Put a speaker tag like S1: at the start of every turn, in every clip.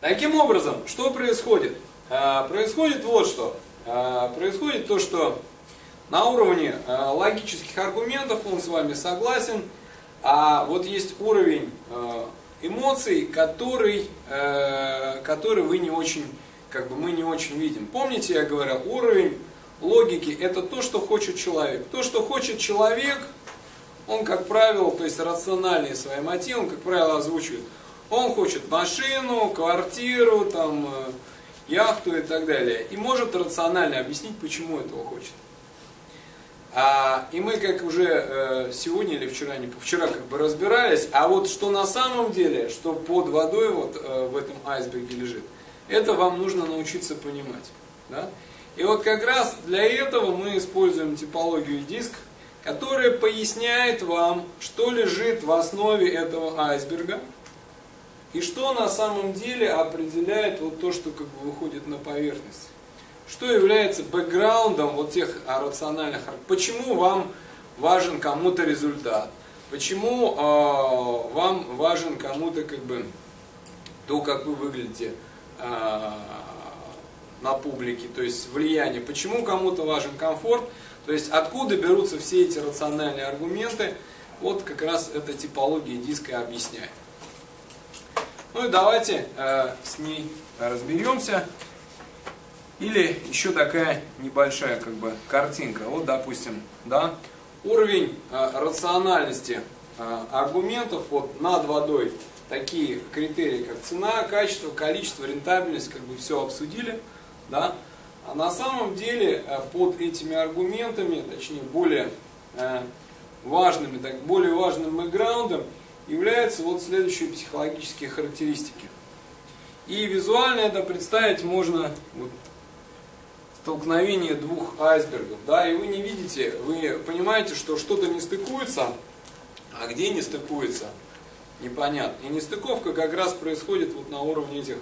S1: Таким образом, что происходит? Происходит вот что. Происходит то, что на уровне логических аргументов он с вами согласен, а вот есть уровень эмоций, который вы не очень, мы не очень видим. Помните, я говорил, уровень логики — это то, что хочет человек. То, что хочет человек, он, как правило, то есть рациональные свои мотивы, он, как правило, озвучивает. Он хочет машину, квартиру, там, яхту и так далее. И может рационально объяснить, почему этого хочет. И мы, как уже сегодня или вчера разбирались, а вот что на самом деле, что под водой вот в этом айсберге лежит, это вам нужно научиться понимать. Да? И вот как раз для этого мы используем типологию диск, которая поясняет вам, что лежит в основе этого айсберга, и что на самом деле определяет вот то, что выходит на поверхность. Что является бэкграундом вот тех рациональных. Почему вам важен кому-то результат? Почему вам важен кому-то то, как вы выглядите на публике, то есть влияние. Почему кому-то важен комфорт? То есть откуда берутся все эти рациональные аргументы? Вот как раз эта типология диска объясняет. Ну и давайте с ней разберемся. Или еще такая небольшая картинка. Вот, допустим, да, уровень рациональности аргументов вот над водой. Такие критерии, как цена, качество, количество, рентабельность, все обсудили. Да? А на самом деле под этими аргументами, точнее более важным бэкграундом являются вот следующие психологические характеристики. И визуально это представить можно вот, столкновение двух айсбергов. Да? И вы не видите, вы понимаете, что что-то не стыкуется, а где не стыкуется, непонятно. И нестыковка как раз происходит вот на уровне этих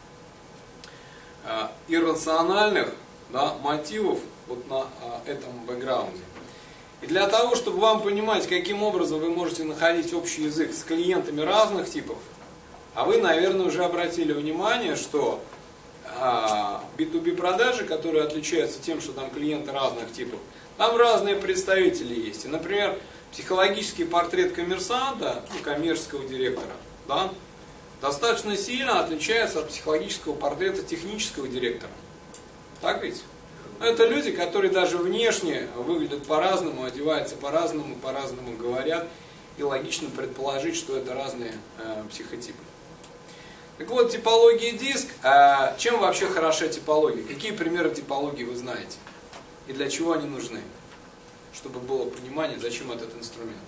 S1: иррациональных, да, мотивов вот на этом бэкграунде. И для того, чтобы вам понимать, каким образом вы можете находить общий язык с клиентами разных типов, а вы, наверное, уже обратили внимание, что B2B продажи, которые отличаются тем, что там клиенты разных типов, там разные представители есть. И, например, психологический портрет коммерсанта, коммерческого директора, да, достаточно сильно отличается от психологического портрета технического директора. Так ведь? Это люди, которые даже внешне выглядят по-разному, одеваются по-разному говорят, и логично предположить, что это разные психотипы. Так вот, типология диск. Чем вообще хороша типология? Какие примеры типологии вы знаете? И для чего они нужны? Чтобы было понимание, зачем этот инструмент.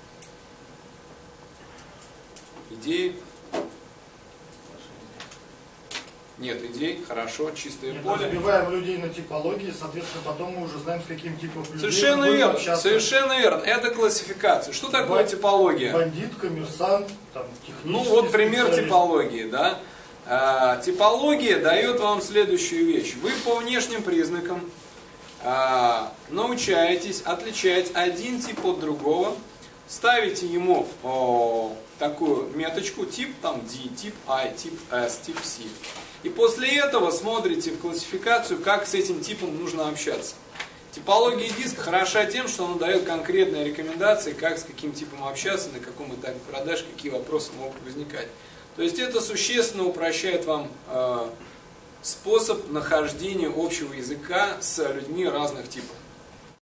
S1: Идеи? Нет идей, хорошо, чистое поле.
S2: Разбиваем людей на типологии, соответственно, потом мы уже знаем, с каким типом людей
S1: совершенно верно, общаться. Совершенно верно. Это классификация. Что такое типология?
S2: Бандит, коммерсант, технический.
S1: Ну вот пример типологии, да. Типология дает вам следующую вещь. Вы по внешним признакам научаетесь отличать один тип от другого, ставите ему такую меточку, тип там D, тип I, тип S, тип C. И после этого смотрите в классификацию, как с этим типом нужно общаться. Типология диска хороша тем, что она дает конкретные рекомендации, как с каким типом общаться, на каком этапе продаж, какие вопросы могут возникать. То есть это существенно упрощает вам способ нахождения общего языка с людьми разных типов.